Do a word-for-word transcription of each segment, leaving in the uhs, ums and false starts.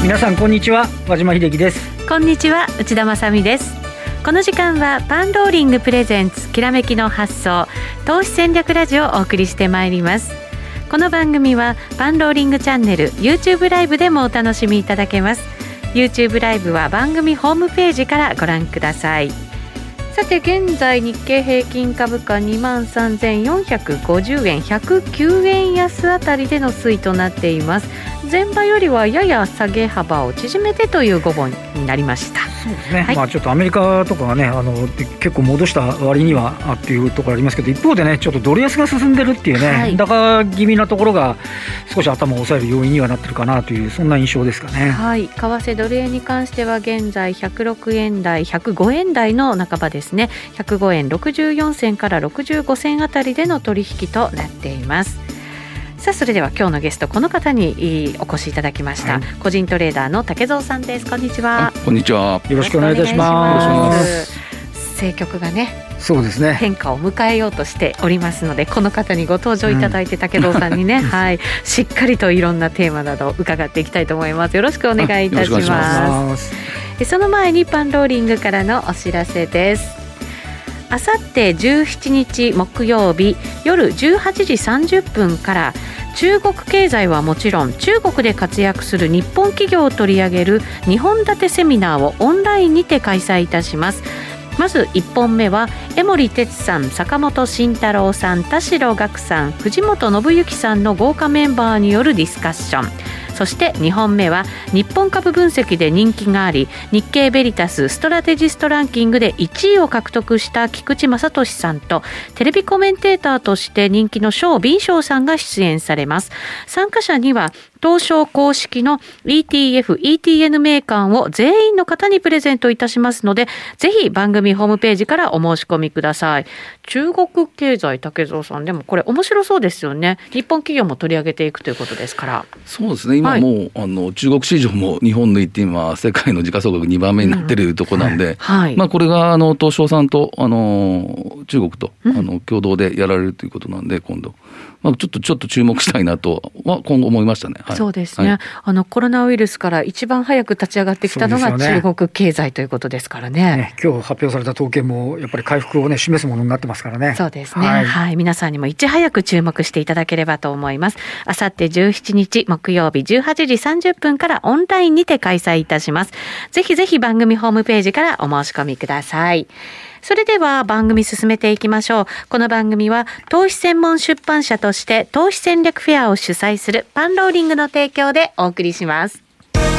皆さんこんにちは、和島秀樹です。 こんにちは、内田まさみです。この時間はパンローリングプレゼンツきらめきの発想投資戦略ラジオをお送りしてまいります。この番組はパンローリングチャンネル YouTube ライブでもお楽しみいただけます。 YouTube ライブは番組ホームページからご覧ください。さて現在日経平均株価 にまんさんぜんよんひゃくごじゅうえんひゃくきゅうえん安あたりでの推移となっています。前場よりはやや下げ幅を縮めてという午後になりました。 そうですね、はい、まあ、ちょっとアメリカとかはねあの結構戻した割にはあっていうところありますけど、一方でねちょっとドル安が進んでるっていうね、はい、高気味なところが少し頭を抑える要因にはなってるかなというそんな印象ですかね。 はい、為替ドル円に関しては現在ひゃくろくえん台ひゃくごえん台の半ばですね。ひゃくごえんろくじゅうよんせんからろくじゅうごせんあたりでの取引となっています。さあそれでは今日のゲストこの方にお越しいただきました、はい、個人トレーダーの竹蔵さんです。こんにちは。 こんにちは、 よろしくお願いいたします。 政局がねそうですね変化を迎えようとしておりますので、この方にご登場いただいて、うん、竹蔵さんにね、はい、しっかりといろんなテーマなどを伺っていきたいと思います。よろしくお願いいたします。ます。その前にパンローリングからのお知らせです。あさってじゅうしちにち木曜日夜じゅうはちじさんじゅっぷんから中国経済はもちろん中国で活躍する日本企業を取り上げるにほん立てセミナーをオンラインにて開催いたします。まずいっぽんめは江守哲さん、坂本慎太郎さん、田代岳さん、藤本信之さんの豪華メンバーによるディスカッション。そしてにほんめは日本株分析で人気があり日経ベリタスストラテジストランキングでいちいを獲得した菊池正俊さんとテレビコメンテーターとして人気のショー・ビンショーさんが出演されます。参加者には東証公式の イーティーエフ、イーティーエヌ 名鑑を全員の方にプレゼントいたしますので、ぜひ番組ホームページからお申し込みください。中国経済、竹蔵さん、でもこれ面白そうですよね。日本企業も取り上げていくということですから。 そうですね、今もう、はい、あの中国市場も日本抜いて今世界の時価総額にばんめになっているところなんで、うんはい、まあ、これがあの東証さんとあの中国と、うん、あの共同でやられるということなんで、今度まあ、ちょっとちょっと注目したいなとは今後思いましたね。はい、 そうですね、はい、あのコロナウイルスから一番早く立ち上がってきたのが中国経済ということですから ね, ね今日発表された統計もやっぱり回復を、ね、示すものになってますからね。 そうですね、はいはい、皆さんにもいち早く注目していただければと思います。あさってじゅうしちにち木曜日じゅうはちじさんじゅっぷんからオンラインにて開催いたします。ぜひぜひ番組ホームページからお申し込みください。それでは番組進めていきましょう。この番組は投資専門出版社として投資戦略フェアを主催するパンローリングの提供でお送りします。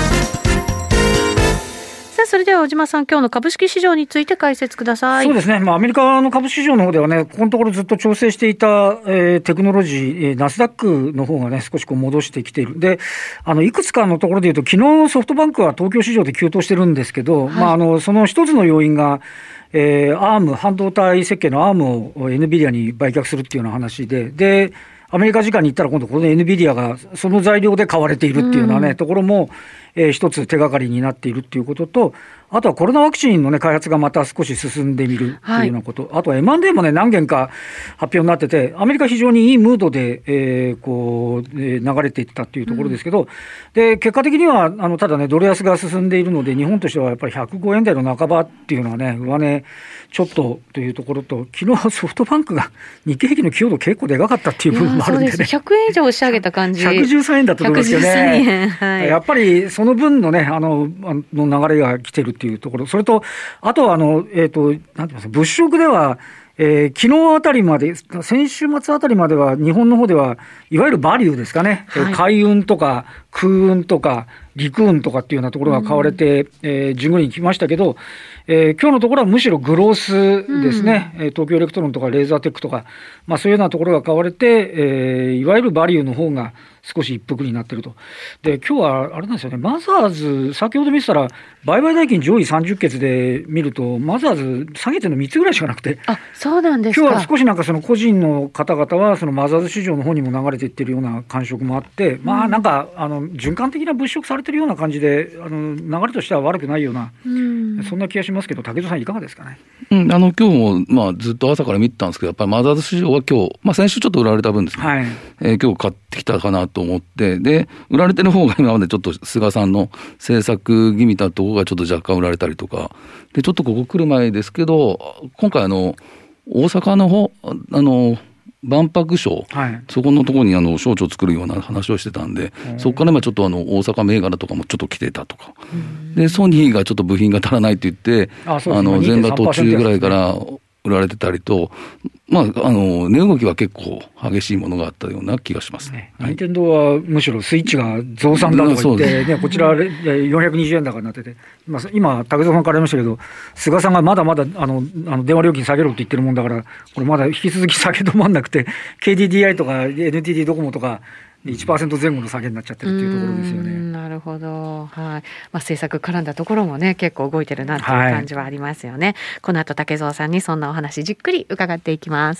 さあそれでは小島さん、今日の株式市場について解説ください。 そうですね、まあ、アメリカの株式市場の方ではね、ここのところずっと調整していた、えー、テクノロジー、えー、ナスダックの方がね少しこう戻してきている。で、あのいくつかのところでいうと、昨日ソフトバンクは東京市場で急騰してるんですけど、はい、まあ、あのその一つの要因がえー、アーム、半導体設計のアームを エヌビディア に売却するっていうような話で、で、アメリカ時間に行ったら今度この エヌビディア がその材料で買われているっていうようなね、うん、ところも、えー、一つ手がかりになっているっていうことと、あとはコロナワクチンの、ね、開発がまた少し進んでみるというようなこと、はい、あとは エムアンドエー も、ね、何件か発表になってて、アメリカ非常にいいムードで、えーこうえー、流れていったというところですけど、うん、で結果的にはあのただねドル安が進んでいるので、日本としてはやっぱりひゃくごえん台の半ばっていうのはね上値ちょっとというところと、昨日ソフトバンクが日経平均の寄与度結構でかかったっていう部分もあるんでね。 そうです、ひゃくえん以上押し上げた感じ。 ひゃくじゅうさんえんだったと思いますけどね、はい、やっぱりその分のねあのの流れが来てるっていうところ、それとあとはあの、えーと、なんて言いますか、物色では、えー、昨日あたりまで、先週末あたりまでは日本の方ではいわゆるバリューですかね、はい、海運とか空運とか陸運とかっていうようなところが買われて、うん、えー、順繰りに来ましたけど、えー、今日のところはむしろグロースですね、うん、東京エレクトロンとかレーザーテックとか、まあ、そういうようなところが買われて、えー、いわゆるバリューの方が少し一服になっていると。で、今日はあれなんですよね、マザーズ、先ほど見てたら売買代金上位さんじゅっけつで見るとマザーズ下げてるのみっつぐらいしかなくて、 あ、そうなんですか。 今日は少しなんかその個人の方々はそのマザーズ市場の方にも流れていってるような感触もあって、うん、まあなんかあの循環的な物色されてるような感じで、あの流れとしては悪くないような、うん、そんな気がしますけど、竹田さんいかがですかね。 うん、あの今日もまあずっと朝から見てたんですけど、やっぱりマザーズ市場は今日、まあ、先週ちょっと売られた分ですね、はい、えー、今日買ってきたかなと思って、で売られてる方が今までちょっと菅さんの政策気味たところがちょっと若干売られたりとかで、ちょっとここ来る前ですけど、今回あの大阪の方あの万博賞、はい、そこのところにあの省庁を作るような話をしてたんで、そこから今ちょっとあの大阪銘柄とかもちょっと来てたとか、でソニーがちょっと部品が足らないって言って、ああの前場途中ぐらいから売られてたりと、まあ、あの値動きは結構激しいものがあったような気がしますね。 任天堂はむしろスイッチが増産だとか言って、ね、こちらよんひゃくにじゅうえん高になってて、今、竹蔵さんからありましたけど、菅さんがまだまだあのあの電話料金下げろって言ってるもんだから、これまだ引き続き下げ止まんなくて、ケーディーディーアイ とか エヌティーディー ドコモとか、いちパーセント 前後の下げになっちゃってるっていうところですよね。 なるほど、はい。まあ、政策絡んだところもね結構動いてるなっていう感じはありますよね、はい、この後竹蔵さんにそんなお話じっくり伺っていきます。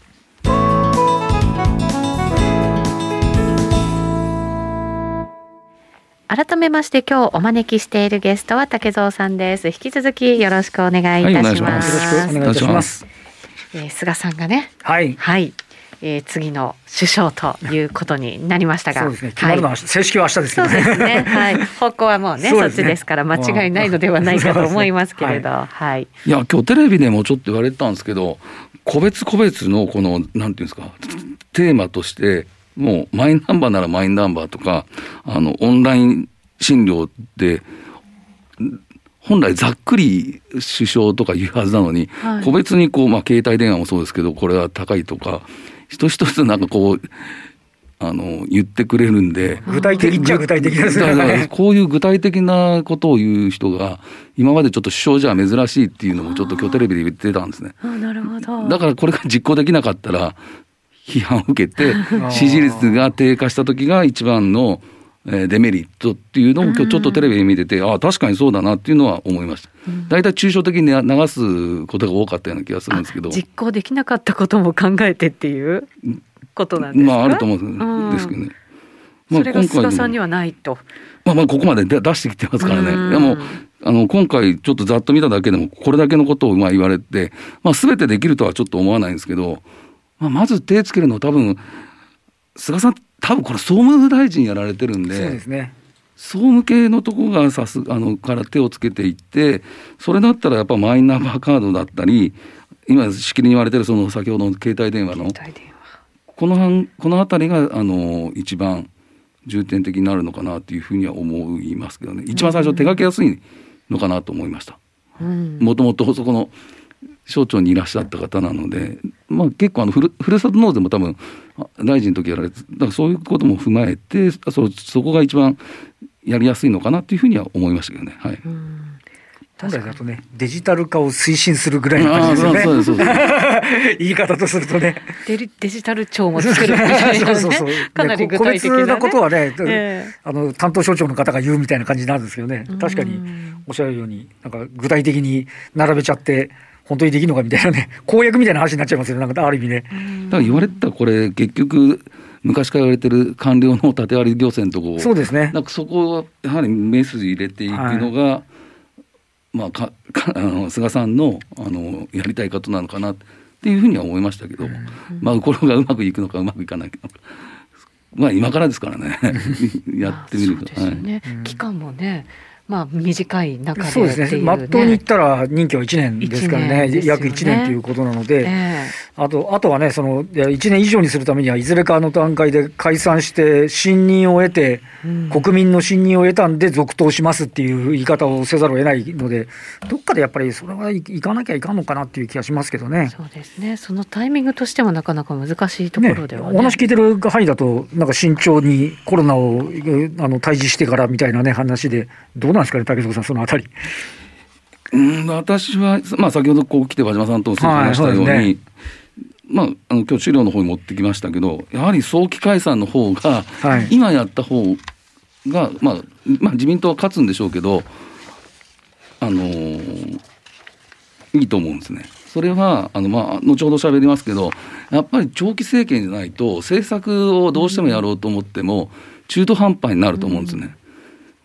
改めまして今日お招きしているゲストは竹蔵さんです。引き続きよろしくお願いいたします。 はい、よろしくお願いいたします。 えー、菅さんがね、 はい、 はい、えー、次の首相ということになりましたが、 そうですね、決まるのは、はい、正式は明日ですけどね。 そうですね、はい、方向はもうね、そっちですから間違いないのではないかと思いますけれど、はいはい、 いや今日テレビでもちょっと言われてたんですけど、個別個別のこのなんていうんですか、テーマとしてもうマイナンバーならマイナンバーとか、あのオンライン診療で本来ざっくり首相とか言うはずなのに、はい、個別にこう、まあ、携帯電話もそうですけどこれは高いとか一つ一つなんかこうあの言ってくれるんで、 具体的っちゃ具体的ですね。 こういう具体的なことを言う人が今までちょっと首相じゃ珍しいっていうのもちょっと今日テレビで言ってたんですね。 ああ、なるほど。 だからこれが実行できなかったら批判を受けて支持率が低下した時が一番のデメリットっていうのを今日ちょっとテレビで見てて、ああ確かにそうだなっていうのは思いました。だいたい抽象的に流すことが多かったような気がするんですけど、 実行できなかったことも考えてっていうことなんですか。 まああると思うんですけどね、 うん、それが菅さんにはないと、 まあ、まあここまで出してきてますからね。でもあの今回ちょっとざっと見ただけでもこれだけのことをまあ言われて、まあ、全てできるとはちょっと思わないんですけど、まあ、まず手つけるのは多分菅さん多分これ総務大臣やられてるんで、 そうですね、 総務系のところがさすあのから手をつけていって、それだったらやっぱマイナンバーカードだったり今しきりに言われてるその先ほどの携帯電話のこのこのあたりがあの一番重点的になるのかなというふうには思いますけどね。一番最初手がけやすいのかなと思いました。もともとそこの省庁にいらっしゃった方なので、まあ、結構あのふる、ふるさと納税も多分大臣の時やられて、だからそういうことも踏まえて そ, そこが一番やりやすいのかなというふうには思いましたけどね。はい、 本来だとね、デジタル化を推進するぐらいの感じですよね。そうですそうです言い方とするとね、 デ, デジタル庁も作るみたいな、ね、そうそうそうかなり具体的な、ね、個別なことはね、えー、あの担当省庁の方が言うみたいな感じなんですけどね、確かにおっしゃるようになんか具体的に並べちゃって本当にできるのかみたいなね、公約みたいな話になっちゃいますよね、なんかある意味ね。 だから言われたこれ結局昔から言われてる官僚の縦割り行政のところ、 そうですね、 なんかそこをやはりメス入れていくのが、はい、まあ、かかあの菅さん の, あのやりたいことなのかなっていうふうには思いましたけど、うん、まあ、これがうまくいくのかうまくいかないのか、まあ、今からですからねやってみると、 そうですよね、はい、期間もね、まあ、短い中で、ね、 そうですね、まっとうに言ったら任期は1年ですからね、ね、約いちねんということなので、えー、あと、あとはね、そのいちねん以上にするためにはいずれかの段階で解散して信任を得て、うん、国民の信任を得たんで続投しますっていう言い方をせざるを得ないので、どっかでやっぱりそれはいかなきゃいかんのかなっていう気がしますけどね。 そうですね、そのタイミングとしてもなかなか難しいところでは、ねね、お話聞いてる範囲だとなんか慎重にコロナをあの退治してからみたいなね話で、どうなんですかね、竹蔵さん、そのあたり。 うん、私は、まあ、先ほどこう来て和島さんと話したように、はい、うね、まあ、あの今日資料の方に持ってきましたけど、やはり早期解散の方が、はい、今やった方が、まあまあ、自民党は勝つんでしょうけど、あのー、いいと思うんですね。それはあの、まあ、後ほど喋りますけど、やっぱり長期政権じゃないと政策をどうしてもやろうと思っても中途半端になると思うんですね。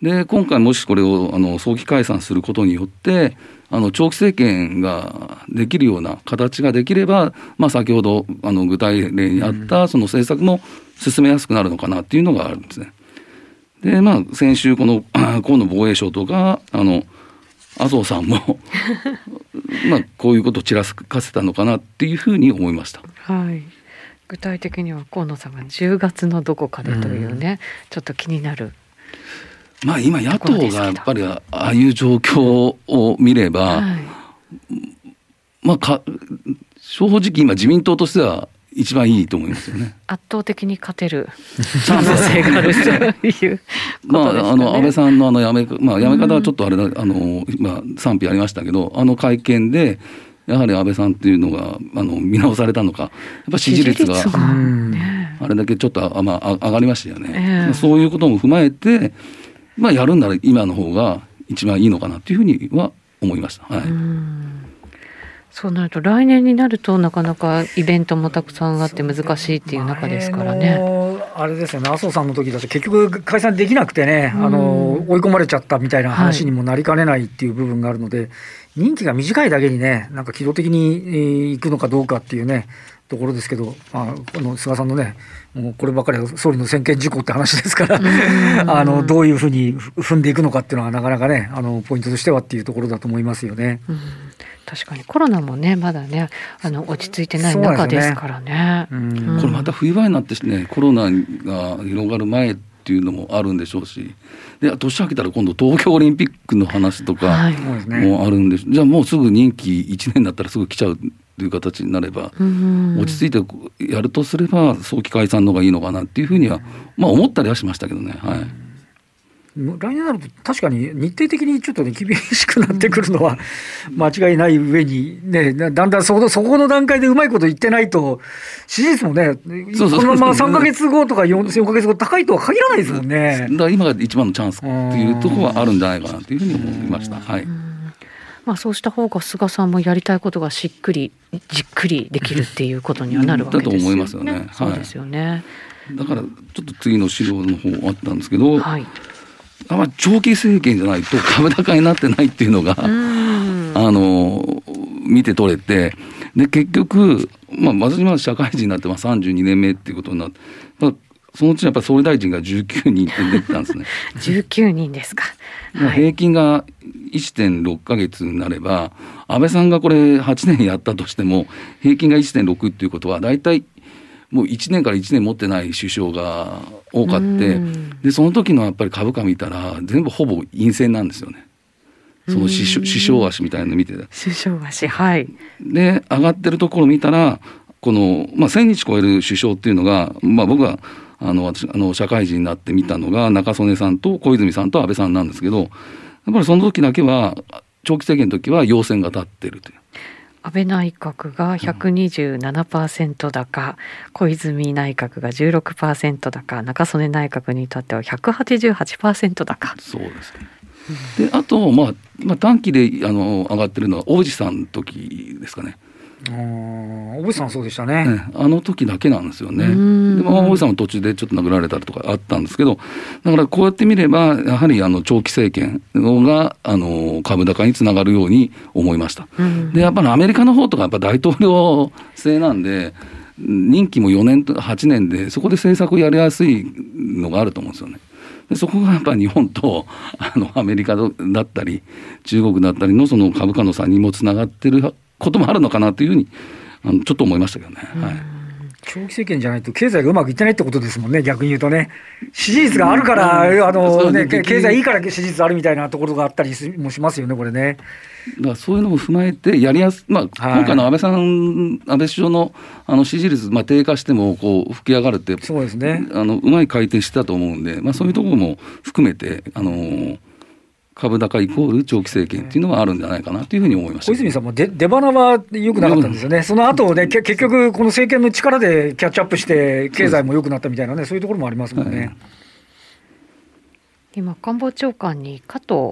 で今回もしこれをあの早期解散することによってあの長期政権ができるような形ができれば、まあ、先ほどあの具体例にあったその政策も進めやすくなるのかなっていうのがあるんですね。でまあ先週この河野防衛省とかあの麻生さんもまあこういうことをちらつかせたのかなっていうふうに思いました。 はい、具体的には河野さんがじゅうがつのどこかでというね、うん、ちょっと気になる。 まあ今野党がやっぱりああいう状況を見れば、はい、まあか正直今自民党としては一番いいと思いますよね。 圧倒的に勝てる可能性があるというまああの安倍さんのあの辞め、まあ、辞め方はちょっとあれだ、うん、あのまあ賛否ありましたけど、あの会見でやはり安倍さんっていうのがあの見直されたのか、やっぱ支持率があれだけちょっとあ、まあ、上がりましたよね、えー、そういうことも踏まえて、まあ、やるんなら今の方が一番いいのかなというふうには思いました。はい、うんそうなると来年になるとなかなかイベントもたくさんあって難しいっていう中ですからね。 あれですよね、麻生さんの時だと結局解散できなくてね、うん、あの追い込まれちゃったみたいな話にもなりかねないっていう部分があるので、はい、任期が短いだけにね、なんか機動的にいくのかどうかっていうねところですけど、まあ、この菅さんのね、もうこればっかりは総理の専権事項って話ですからあのどういうふうに踏んでいくのかっていうのはなかなかね、あのポイントとしてはっていうところだと思いますよね。うん、 確かにコロナもねまだねあの落ち着いてない中ですからね。 うん、これまた冬場になってね、コロナが広がる前っていうのもあるんでしょうし、で年明けたら今度東京オリンピックの話とかもあるんで、はい、じゃあもうすぐ任期いちねんだったらすぐ来ちゃうという形になれば、落ち着いてやるとすれば早期解散の方がいいのかなっていうふうには、まあ、思ったりはしましたけどね。はい、 来年になると確かに日程的にちょっと、ね、厳しくなってくるのは間違いない上に、ね、だんだんそこ、そこの段階でうまいこと言ってないと支持率もね、そうそうそう、このままさんかげつごとか 4, よんかげつご高いとは限らないですもんね。 だから今が一番のチャンスっていうところはあるんじゃないかなというふうに思いました。はい、 まあ、そうした方が菅さんもやりたいことがしっくりじっくりできるっていうことにはなるわけですよね。 だと思いますよね。 そうですよね。 はい、だからちょっと次の資料の方あったんですけど、 はい、 あまり長期政権じゃないと株高になってないっていうのがあの見て取れて、で結局、まあ、私まだ社会人になってまあさんじゅうにねんめっていうことになって、まあ、そのうちやっぱり総理大臣がじゅうきゅうにんって出てたんですね。 じゅうきゅうにんですか。 はい、平均が いってんろっかげつになれば、安倍さんがこれはちねんやったとしても平均が いってんろく っていうことはだいたいもういちねんからいちねん持ってない首相が多かって、でその時のやっぱり株価見たら全部ほぼ陰線なんですよね。その首相足みたいなの見てた。 首相足、はい。 で上がってるところ見たらこの、まあ、せんにち超える首相っていうのが、まあ、僕はあの私あの社会人になって見たのが中曽根さんと小泉さんと安倍さんなんですけど、やっぱりその時だけは長期政権の時は陽線が立ってるという。 安倍内閣が ひゃくにじゅうななパーセント 高、うん、小泉内閣が じゅうろくパーセント 高、中曽根内閣に至っては ひゃくはちじゅうはちパーセント 高。 そうですね。であと、まあまあ、短期であの上がってるのは王子さんの時ですかね。 大渕さんそうでしたね、 ね、あの時だけなんですよね。で、まあ、大渕さんも途中でちょっと殴られたりとかあったんですけど、だからこうやって見ればやはりあの長期政権があの株高につながるように思いました。でやっぱりアメリカの方とかやっぱ大統領制なんで任期もよねんとはちねんでそこで政策をやりやすいのがあると思うんですよね。でそこがやっぱり日本とあのアメリカだったり中国だったりのその株価の差にもつながってることもあるのかなというふうにあのちょっと思いましたけどね。はい、 長期政権じゃないと経済がうまくいってないってことですもんね。逆に言うとね、支持率があるから、うん、あのね、経済いいから支持率あるみたいなところがあったりもしますよね、これね。 だからそういうのも踏まえてやりやす、まあ、今回の安倍さん、はい、安倍首相のあの支持率、まあ、低下してもこう吹き上がるって、 そうですね、 あのうまい回転してたと思うんで、まあ、そういうところも含めてあの株高イコール長期政権っていうのはあるんじゃないかなというふうに思いました。 小泉さんも出出花は良くなかったんですよね。その後ね、結局この政権の力でキャッチアップして経済も良くなったみたいなね、そういうところもありますもんね。はい、 今官房長官に加藤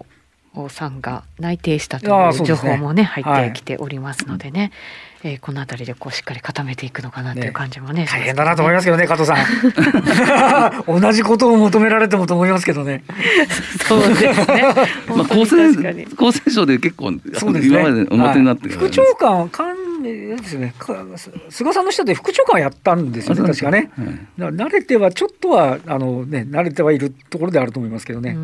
さんが内定したという情報もね、入ってきておりますのでね、えー、このあたりでこうしっかり固めていくのかなという感じも ね, ね大変だなと思いますけどね、加藤さん同じことを求められてもと思いますけどねそうですねまあ、厚生厚生省で結構そうです、ね、今まで表になってる、 はい、副長官官ですね、菅さんの下で副長官はやったんですよね、確かね、はい、慣れてはちょっとはあの、ね、慣れてはいるところであると思いますけどね。 うん、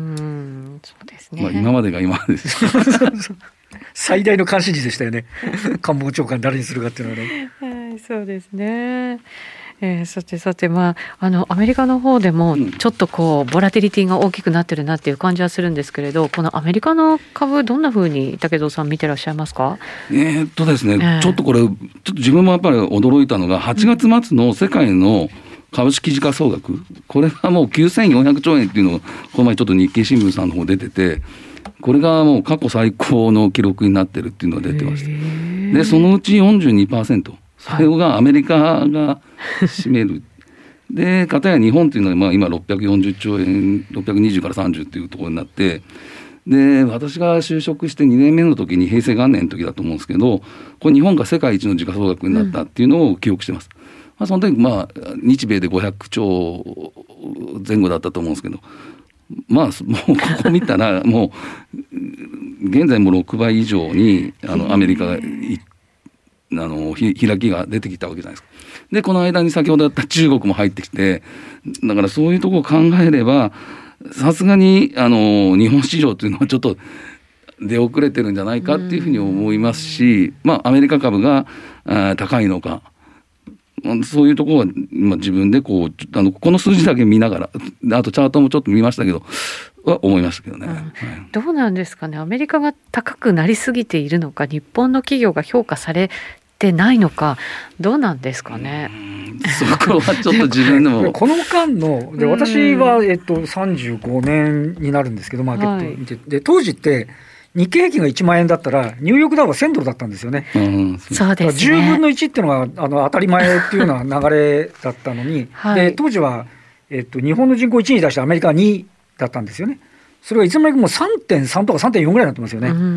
そうですね、 まあ、今までが今までです最大の関心事でしたよね官房長官誰にするかっていうのはねはい、そうですね。えー、さてさて、まあ、あのアメリカの方でもちょっとこうボラティリティが大きくなってるなっていう感じはするんですけれど、このアメリカの株どんなふうに武藤さん見てらっしゃいますか？ えー、っとですね、えー、ちょっとこれちょっと自分もやっぱり驚いたのがはちがつ末の世界の株式時価総額、これがもうきゅうせんよんひゃくちょうえんっていうのがこの前ちょっと日経新聞さんの方出てて、これがもう過去最高の記録になってるっていうのが出てまして、でそのうち よんじゅうにパーセント、 それがアメリカが占めるで片や日本っていうのはまあ今ろっぴゃくよんじゅっちょうえん、ろっぴゃくにじゅうからさんじゅうっていうところになって、で私が就職してにねんめの時に平成元年の時だと思うんですけど、これ日本が世界一の時価総額になったっていうのを記憶してます、うんまあ、その時まあ日米でごひゃくちょうぜん後だったと思うんですけど、まあもうここ見たらもう現在もろくばい以上にあのアメリカがいあの開きが出てきたわけじゃないですか。でこの間に先ほどやった中国も入ってきて、だからそういうところを考えればさすがにあの日本市場というのはちょっと出遅れてるんじゃないかっていうふうに思いますし、まあアメリカ株が高いのか、そういうところは今自分でこうあのこの数字だけ見ながら、あとチャートもちょっと見ましたけどは思いましたけどね、うんはい、 どうなんですかね。アメリカが高くなりすぎているのか、日本の企業が評価されてないのか、どうなんですかね。 そこはちょっと自分でもこの間ので私は、えっと、さんじゅうごねんになるんですけどマーケット見て、はい、で当時って日経平均がいちまんえんだったらニューヨークダウはせんドルだったんですよね、 うん、そうですね。 じゅうぶんのいちっていうのがあの当たり前っていうような流れだったのに、はい、で当時は、えっと、日本の人口いちに対してアメリカはにだったんですよね。それがいつの間にかもう さんてんさん とか さんてんよん ぐらいになってますよね、うんうん、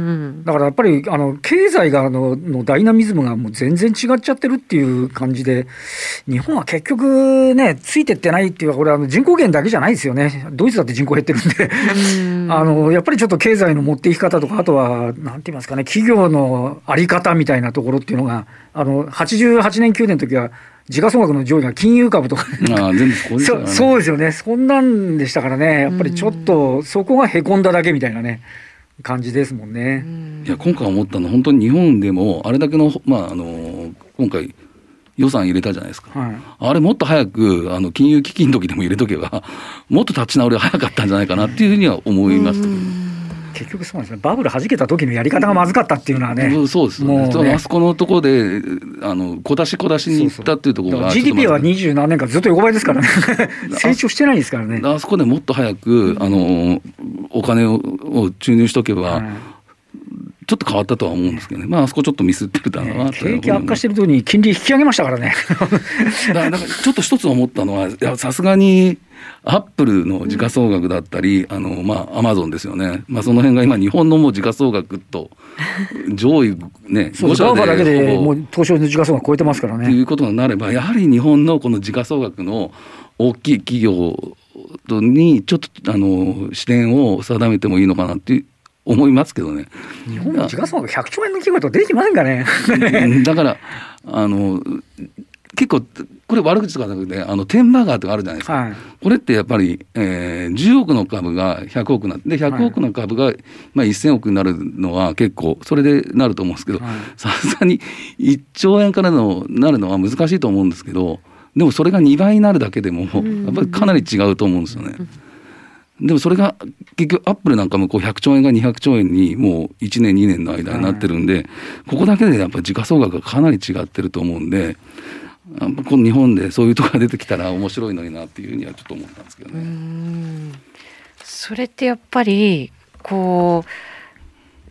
だからやっぱりあの経済がののダイナミズムがもう全然違っちゃってるっていう感じで、日本は結局ねついてってないっていうか、これは人口減だけじゃないですよね。ドイツだって人口減ってるんでうんあのやっぱりちょっと経済の持っていき方とか、あとはなんて言いますかね、企業のあり方みたいなところっていうのがあのはちじゅうはちねんきゅうねんの時は時価総額の上位が金融株とかあ全部こうですからね。 そ, そうですよね。そんなんでしたからね、やっぱりちょっとそこがへこんだだけみたいなね感じですもんね。 いや今回思ったのは本当に日本でもあれだけの、まあ、あの今回予算入れたじゃないですか、はい、あれもっと早くあの金融危機の時でも入れとけばもっと立ち直りが早かったんじゃないかなっていうふうには思いましたけど、 結局そうなんですね。バブル弾けた時のやり方がまずかったっていうのはね、 うん、そうですよね。もうねあそこのところであの小出し小出しにいったっていうところが、 ジーディーピー は二十何年間ずっと横ばいですからね成長してないですからね。 あそこでもっと早くあのお金を注入しとけば、うんちょっと変わったとは思うんですけどね、まあ、あそこちょっとミスってるだな、ね、 景気悪化してるときに金利引き上げましたからねだからちょっと一つ思ったのは、さすがにアップルの時価総額だったり、うん、あのまあアマゾンですよね、まあ、その辺が今日本のもう時価総額と上位ねご社でガーファだけでもう東証の時価総額超えてますからね。 ということになれば、やはり日本のこの時価総額の大きい企業にちょっとあの視点を定めてもいいのかなっていう思いますけどね。 日本の時価総額ひゃくちょうえんの企業と出てきませんかねだからあの結構これ悪口とかじゃなくて、あのテンバーガーとかあるじゃないですか、はい、これってやっぱり、えー、じゅうおくの株がひゃくおくなって、ひゃくおくの株が、はいまあ、せんおくになるのは結構それでなると思うんですけど、さすがにいっちょうえんからのなるのは難しいと思うんですけど、でもそれがにばいになるだけでもやっぱりかなり違うと思うんですよね。でもそれが結局アップルなんかもこうひゃくちょうえんがにひゃくちょうえんにもういちねんにねんの間になってるんで、ここだけでやっぱり時価総額がかなり違ってると思うんで、やっぱこの日本でそういうところが出てきたら面白いのになっていうふうにはちょっと思ったんですけどね。 うーんそれってやっぱりこう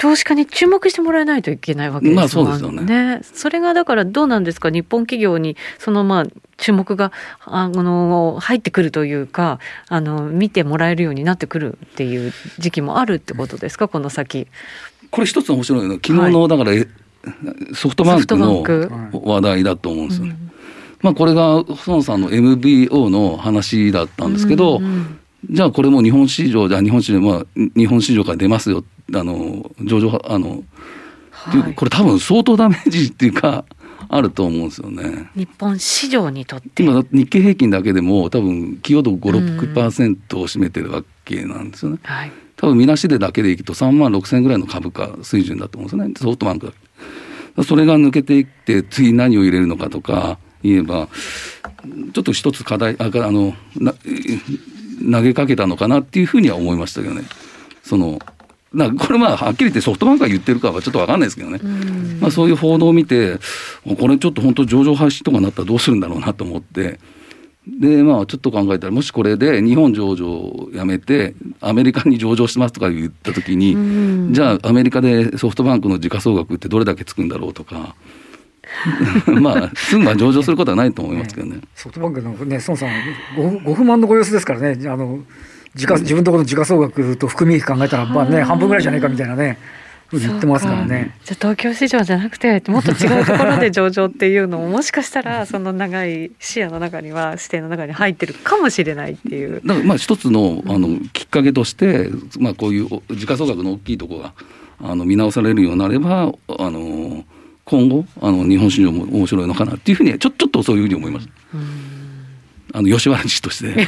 投資家に注目してもらえないといけないわけですもんね。 まあそうですよね。 それがだからどうなんですか、日本企業にそのまあ注目があの入ってくるというか、あの見てもらえるようになってくるっていう時期もあるってことですか、この先。 これ一つ面白いのは昨日のだから、はい、ソフトバンクの話題だと思うんですよね。うん、まあ、これが孫さんの エムビーオー の話だったんですけど、うんうん、じゃあこれも日本市場じゃあ日本市場、まあ、日本市場から出ますよ、あの上場あの、はい、これ多分相当ダメージっていうかあると思うんですよね。 日本市場にとって今日経平均だけでも多分寄与度 ご、ろくパーセント を占めてるわけなんですよね。はい、多分みなしでだけでいくとさんまんろくせんぐらいの株価水準だと思うんですよね、ソフトバンクだけ。それが抜けていって次何を入れるのかとか言えばちょっと一つ課題ああのな投げかけたのかなっていうふうには思いましたけどね。そのなこれまあはっきり言ってソフトバンクが言ってるかはちょっと分かんないですけどね、まあ、そういう報道を見てこれちょっと本当上場廃止とかになったらどうするんだろうなと思って、でまあちょっと考えたらもしこれで日本上場をやめてアメリカに上場しますとか言った時に、じゃあアメリカでソフトバンクの時価総額ってどれだけつくんだろうとかまあすぐは上場することはないと思いますけどね。ねソフトバンクのね孫さんご、ご不満のご様子ですからね。あの自, 家自分のところの時価総額と含み益考えたら、まあね、半分ぐらいじゃないかみたいなね言ってますからね。 じゃあ東京市場じゃなくてもっと違うところで上場っていうのももしかしたらその長い視野の中には視点の中に入ってるかもしれないっていう。 だからまあ一つ の, あのきっかけとして、まあ、こういう時価総額の大きいところがあの見直されるようになればあの今後あの日本市場も面白いのかなっていうふうにちょ, ちょっとそういうふうに思います。あの吉原氏として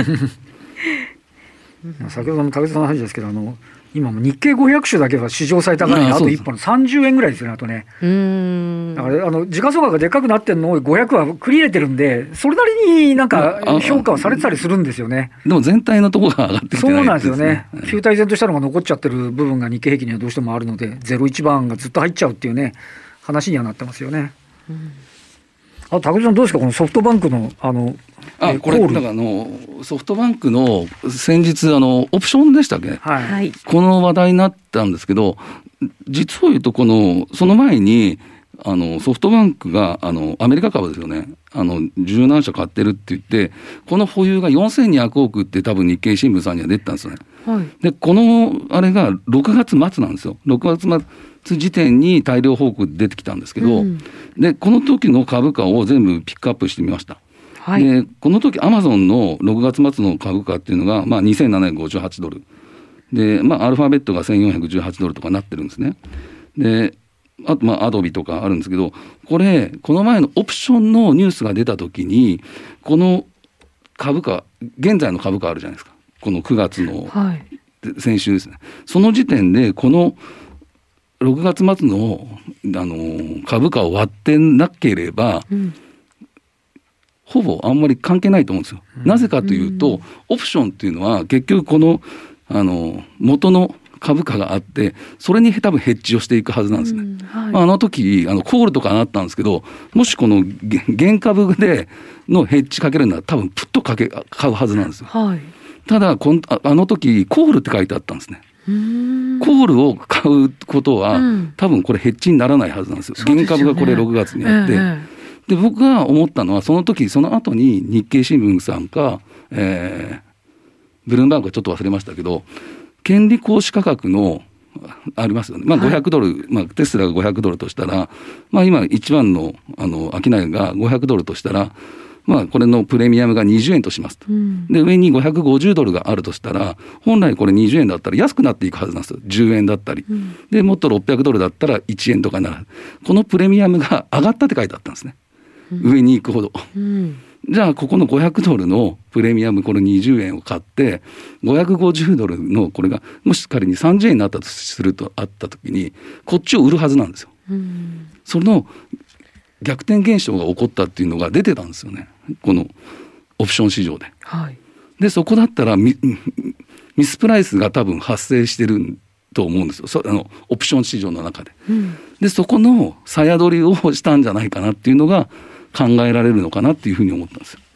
先ほどの武田さんの話ですけど、あの今も日経ごひゃく種だけは史上最高値あといっぽんさんじゅうえんぐらいですよね。あとね、うーんだからあの時価総額がでっかくなってるのをごひゃくは繰り入れてるんで、それなりになんか評価はされてたりするんですよね。 でも全体のところが上がってきてないですね。 そうなんですよね。旧体然としたのが残っちゃってる部分が日経平均にはどうしてもあるので、ゼロいちばんがずっと入っちゃうっていうね話にはなってますよね。うん、あ、武田さんどうですか、このソフトバンクのあのあこれだからあのソフトバンクの先日あのオプションでしたっけ、はい、この話題になったんですけど、実を言うとこのその前にあのソフトバンクがあのアメリカ株ですよね、あの十何社買ってるって言って、この保有がよんせんにひゃくおくって多分日経新聞さんには出てたんですよね。はい、でこのあれがろくがつ末なんですよ。ろくがつ末時点に大量報告出てきたんですけど、うん、でこの時の株価を全部ピックアップしてみました。はい、でこの時アマゾンのろくがつ末の株価っていうのが、まあ、にせんななひゃくごじゅうはちドルで、まあ、アルファベットがせんよんひゃくじゅうはちドルとかなってるんですね。であとまあアドビとかあるんですけど、これこの前のオプションのニュースが出た時にこの株価現在の株価あるじゃないですか、このくがつの、はい、先週ですね。その時点でこのろくがつ末の、あの株価を割ってなければ、うん、ほぼあんまり関係ないと思うんですよ。うん、なぜかというと、うん、オプションっていうのは結局この、あの元の株価があってそれに多分ヘッジをしていくはずなんですね。うんはいまあ、あの時あのコールとかなったんですけど、もしこの原株でのヘッジかけるなら多分プッとかけ買うはずなんですよ。はい、ただこんあの時コールって書いてあったんですね。うーんコールを買うことは、うん、多分これヘッジにならないはずなんですよ。ですよね、原株がこれろくがつにあって、えー、で僕が思ったのはその時その後に日経新聞さんか、えー、ブルームバーグはちょっと忘れましたけど権利行使価格のありますよね、まあ、ごひゃくドル、はいまあ、テスラがごひゃくドルとしたら、まあ、今一番のあの商いがごひゃくドルとしたら、まあ、これのプレミアムがにじゅうえんとしますと、うん、で上にごひゃくごじゅうドルがあるとしたら本来これにじゅうえんだったら安くなっていくはずなんですよ。じゅうえんだったり、うん、でもっとろっぴゃくドルだったらいちえんとかになる。このプレミアムが上がったって書いてあったんですね、うん、上に行くほど、うんじゃあここのごひゃくドルのプレミアムこれにじゅうえんを買ってごひゃくごじゅうドルのこれがもし仮にさんじゅうえんになったとするとあった時にこっちを売るはずなんですよ。うんその逆転現象が起こったっていうのが出てたんですよね、このオプション市場で。はい、でそこだったら ミ, ミスプライスが多分発生してると思うんですよ、そあのオプション市場の中で。うん、でそこの鞘取りをしたんじゃないかなっていうのが考えられるのかなっていうふうに思ったんですよ。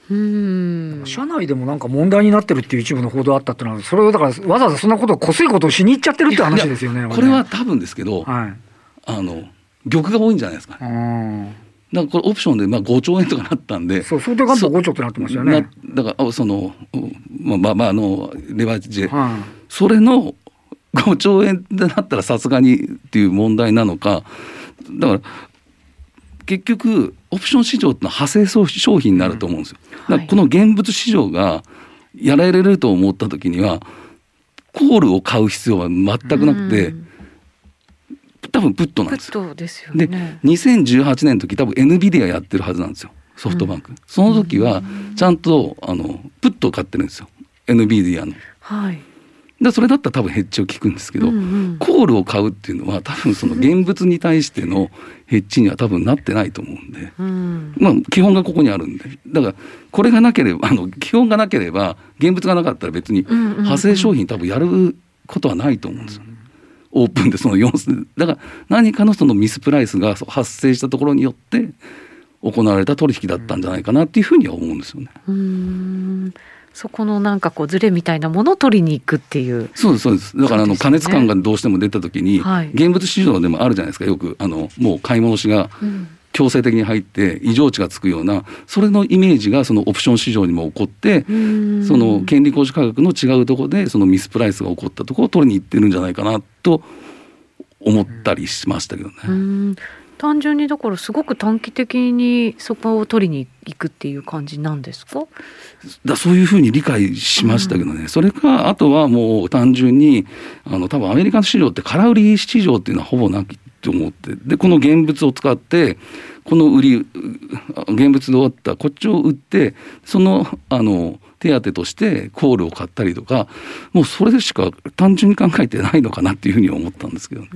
うん、社内でもなんか問題になってるっていう一部の報道あったってのは、それをだからわざわざそんなことをこすいことをしに行っちゃってるって話ですよね。 これは多分ですけど、はい、あの玉が多いんじゃないですか、ね。だからこれオプションでまあごちょうえんとかなったんで、 そう想定元本ごちょうってなってますよね。 だからそのまあまあまああのレバレッジで、はい、それのごちょうえんってなったらさすがにっていう問題なのか、だから結局オプション市場ってのは派生商品になると思うんですよ。だからこの現物市場がやられると思った時にはコールを買う必要は全くなくて、うん、多分プットなんですよ。 プットですよね。 でにせんじゅうはちねんの時多分 エヌビディアやってるはずなんですよ、ソフトバンク、うん、その時はちゃんとあのプットを買ってるんですよ、 エヌビディアの。はい。でそれだったら多分ヘッジを効くんですけど、うんうん、コールを買うっていうのは多分その現物に対してのヘッジには多分なってないと思うんで、うん、まあ基本がここにあるんで、だからこれがなければ、あの基本がなければ現物がなかったら別に派生商品多分やることはないと思うんですよ、うんうん、オープンでそのよんだから何かのそのミスプライスが発生したところによって行われた取引だったんじゃないかなっていうふうには思うんですよね。 うーん、そこのなんかこうズレみたいなものを取りに行くっていう。 そうですそうです。だからあの過熱感がどうしても出た時に、はい、現物市場でもあるじゃないですか、よくあのもう買い戻しが強制的に入って異常値がつくような、それのイメージがそのオプション市場にも起こって、その権利行使価格の違うところでそのミスプライスが起こったところを取りに行ってるんじゃないかなと思ったりしましたけどね。 うん、単純にだからすごく短期的にそこを取りに行くっていう感じなんですか？ だそういうふうに理解しましたけどね、うん、それかあとはもう単純にあの多分アメリカの市場って空売り市場っていうのはほぼなきと思って、でこの現物を使ってこの売り現物で終わったこっちを売って、そのあの手当としてコールを買ったりとか、もうそれでしか単純に考えてないのかなっていうふうに思ったんですけどね。うん、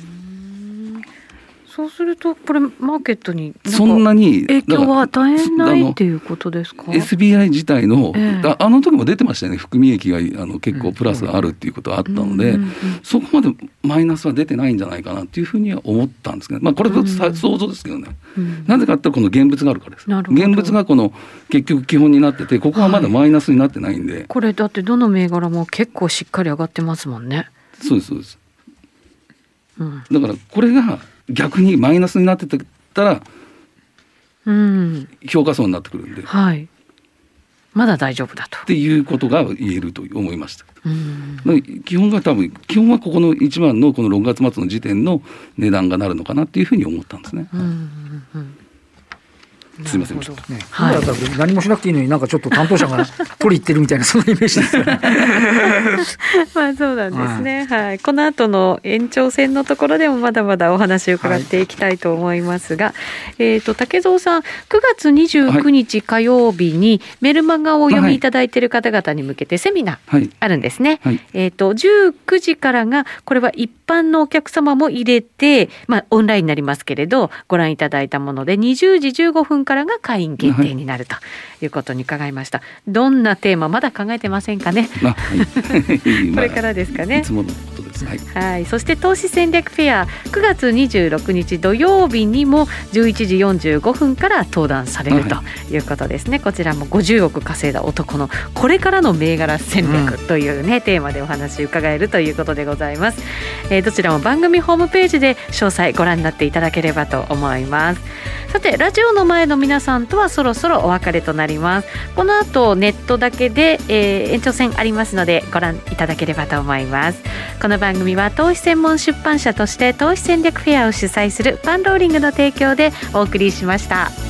そうするとこれマーケットにそんなに影響は与えないっていうことですか？ エスビーアイ 自体の、えー、あの時も出てましたよね、含み益があの結構プラスがあるっていうことがあったので、うんうんうん、そこまでマイナスは出てないんじゃないかなっていうふうには思ったんですけど、まあ、これは想像ですけどね、うん、なぜかってこの現物があるからです。現物がこの結局基本になってて、ここはまだマイナスになってないんで、はい、 これだってどの銘柄も結構しっかり上がってますもんね。 そうですそうです、うん、だからこれが逆にマイナスになってたら、うん、評価損になってくるんで、 はい、まだ大丈夫だとっていうことが言えると思いました。うん、基本が多分基本はここの一番のこのろくがつ末の時点の値段がなるのかなっていうふうに思ったんですね。うんうんうん、すいません、ちょっと、ね、 はい、何もしなくていいのになんかちょっと担当者が取り行ってるみたいなそんなイメージですよね。 まあそうなんですね、はいはい、この後の延長戦のところでもまだまだお話を伺っていきたいと思いますが、はい、えーと竹蔵さん、くがつにじゅうくにち火曜日にメルマガをお読みいただいている方々に向けてセミナーあるんですね、はいはい、えーとじゅうくじからがこれは一般のお客様も入れて、まあ、オンラインになりますけれどご覧いただいたもので、にじゅうじじゅうごふんからが会員限定になるということに伺いました、はい、どんなテーマまだ考えてませんかね？はい、これからですかね。 いつものことです、はいはい、そして投資戦略フェアくがつにじゅうろくにち土曜日にもじゅういちじよんじゅうごふんから登壇されるということですね、はい、こちらもごじゅうおく稼いだ男のこれからの銘柄戦略というね、うん、テーマでお話伺えるということでございます、えー、どちらも番組ホームページで詳細ご覧になっていただければと思います。さてラジオの前の皆さんとはそろそろお別れとなります。この後ネットだけで、えー、延長戦ありますのでご覧いただければと思います。この番組は投資専門出版社として投資戦略フェアを主催するパンローリングの提供でお送りしました。